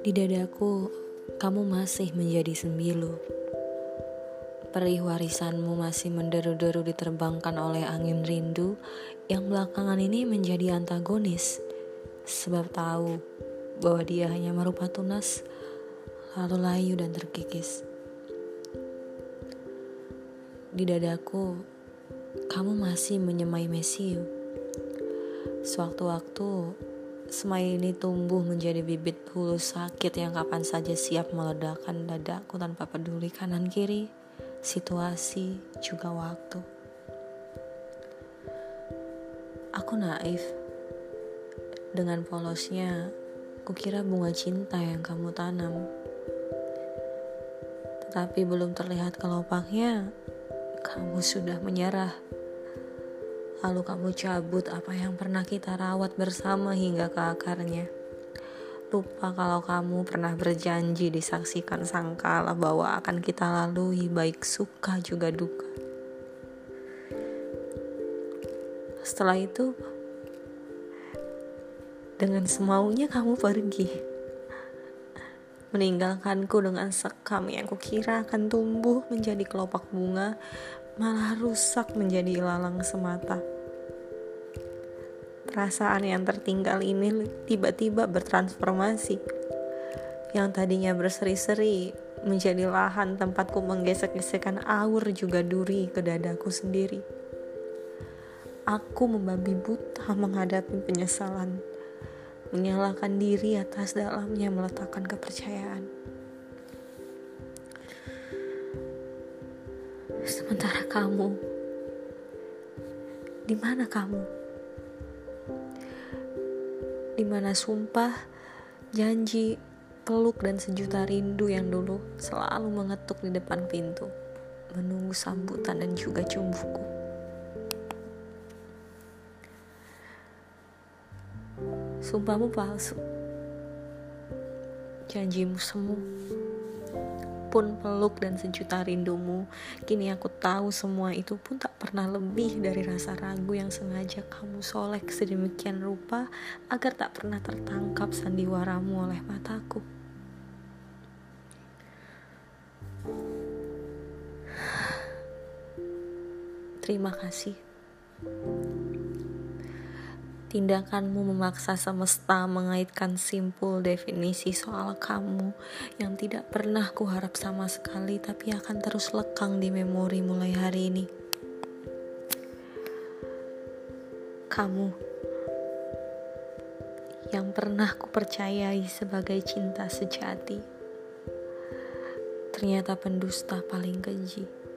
Di dadaku, kamu masih menjadi sembilu. Perih warisanmu masih menderu-deru diterbangkan oleh angin rindu yang belakangan ini menjadi antagonis. Sebab tahu bahwa dia hanya merupa tunas, lalu layu dan terkikis. Di dadaku, kamu masih menyemai mesiu. Sewaktu-waktu, semai ini tumbuh menjadi bibit hulu sakit yang kapan saja siap meledakkan dadaku tanpa peduli kanan kiri, situasi, juga waktu. Aku naif. Dengan polosnya, kukira bunga cinta yang kamu tanam. Tetapi belum terlihat kelopaknya, kamu sudah menyerah. Lalu kamu cabut apa yang pernah kita rawat bersama hingga ke akarnya. Lupa kalau kamu pernah berjanji disaksikan sangkala bahwa akan kita lalui baik suka juga duka. Setelah itu, dengan semaunya kamu pergi, meninggalkanku dengan sekam yang kukira akan tumbuh menjadi kelopak bunga, malah rusak menjadi ilalang semata. Perasaan yang tertinggal ini tiba-tiba bertransformasi. Yang tadinya berseri-seri menjadi lahan tempatku menggesek-gesekkan aur juga duri ke dadaku sendiri. Aku membabi buta menghadapi penyesalan, menyalahkan diri atas dalamnya meletakkan kepercayaan. Sementara kamu, di mana kamu? Di mana sumpah, janji, peluk dan sejuta rindu yang dulu selalu mengetuk di depan pintu, menunggu sambutan dan juga cumbuku. Sumpahmu palsu, janjimu semu, pun peluk dan sejuta rindumu. Kini aku tahu semua itu pun tak pernah lebih dari rasa ragu yang sengaja kamu solek sedemikian rupa agar tak pernah tertangkap sandiwaramu oleh mataku. Terima kasih. Tindakanmu memaksa semesta mengaitkan simpul definisi soal kamu yang tidak pernah kuharap sama sekali tapi akan terus lekang di memori mulai hari ini. Kamu yang pernah kupercayai sebagai cinta sejati, ternyata pendusta paling keji.